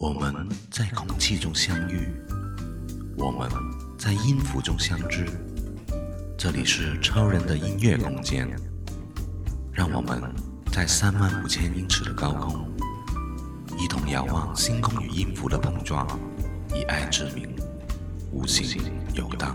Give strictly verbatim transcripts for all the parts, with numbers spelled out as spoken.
我们在空气中相遇，我们在音符中相知。这里是超人的音乐空间，让我们在三万五千英尺的高空，一同遥望星空与音符的碰撞，以爱之名，无形游荡。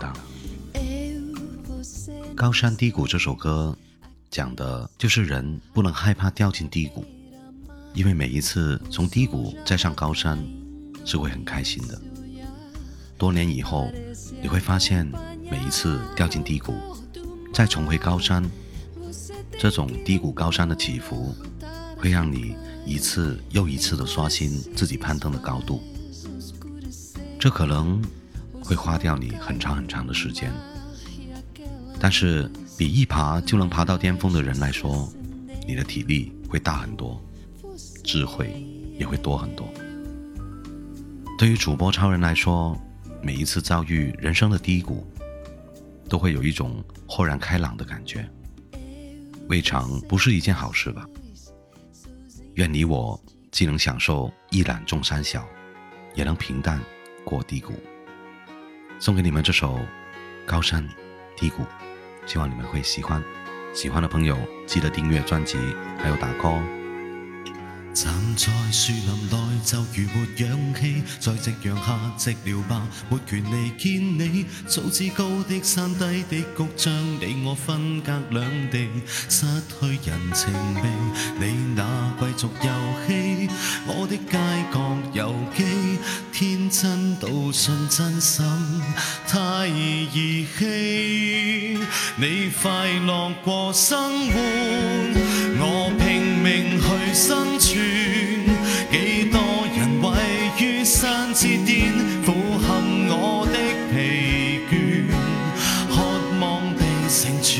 高山低谷这首歌讲的就是人不能害怕掉进低谷，因为每一次从低谷再上高山是会很开心的。多年以后你会发现，每一次掉进低谷再重回高山，这种低谷高山的起伏会让你一次又一次的刷新自己攀登的高度。这可能会花掉你很长很长的时间，但是比一爬就能爬到巅峰的人来说，你的体力会大很多，智慧也会多很多。对于主播超人来说，每一次遭遇人生的低谷，都会有一种豁然开朗的感觉，未尝不是一件好事吧。愿你我既能享受一览众山小，也能平淡过低谷。送给你们这首高山低谷，希望你们会喜欢。喜欢的朋友记得订阅专辑还有打 call。 站在樹林內就如沒氧氣，在夕陽下寂寥吧，沒權利見你。早知高的山低的谷將你我分隔兩地，失去人情味。你那貴族遊戲，我的街角遊記，天真到信真心太兒戲。你快樂過生活，我拼命去生存。幾多人位於山之巔，俯瞰我的疲倦，渴望被成全。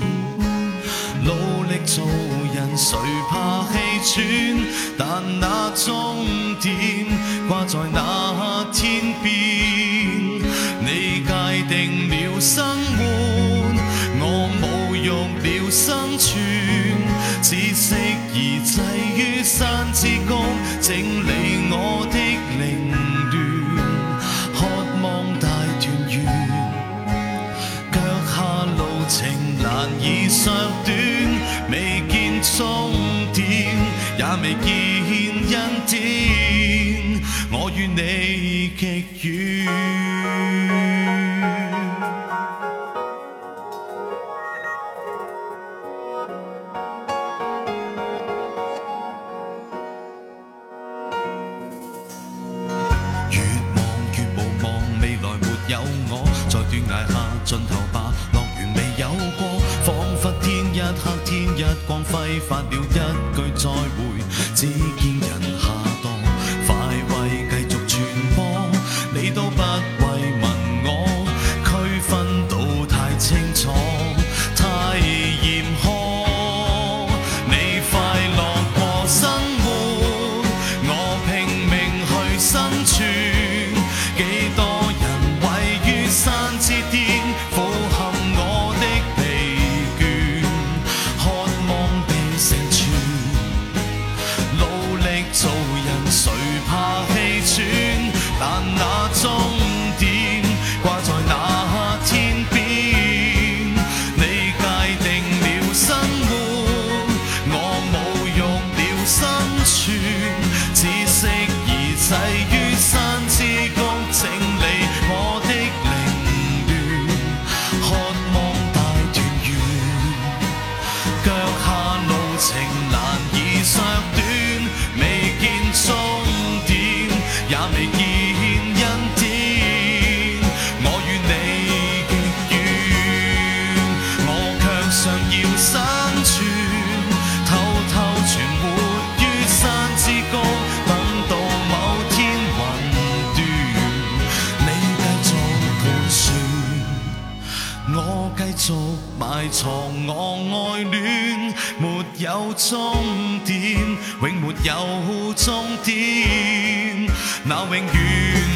努力做人，誰怕氣喘？但那終點掛在那天邊。你界定了生活，我侮辱了生存，只適宜滯於山之谷，整理我的凌亂，渴望大團圓。腳下路程難以削短，未見終點，也未見恩典，我與你極遠。有我在斷崖下盡頭吧，樂園未有過，彷彿天一黑天一光，揮發了一句再會，只見人下墮，快慰繼續傳播，你都不慰問我，區分到太清楚，太嚴苛。你快樂過生活，我拼命去生存，幾多山之巔，俯瞰我的疲倦，渴望被成全。努力做人，誰怕氣喘？但那終點掛在那天邊。你界定了生活，我侮辱了生存，只適宜滯於山之谷，整理我的情難以削短，未見終點，也未見恩典，我與你極遠，我卻想要生存，偷偷存活於山之谷，等到某天雲斷，你繼續盤旋，我繼續埋藏我愛戀，沒有終點，永沒有終點，那永遠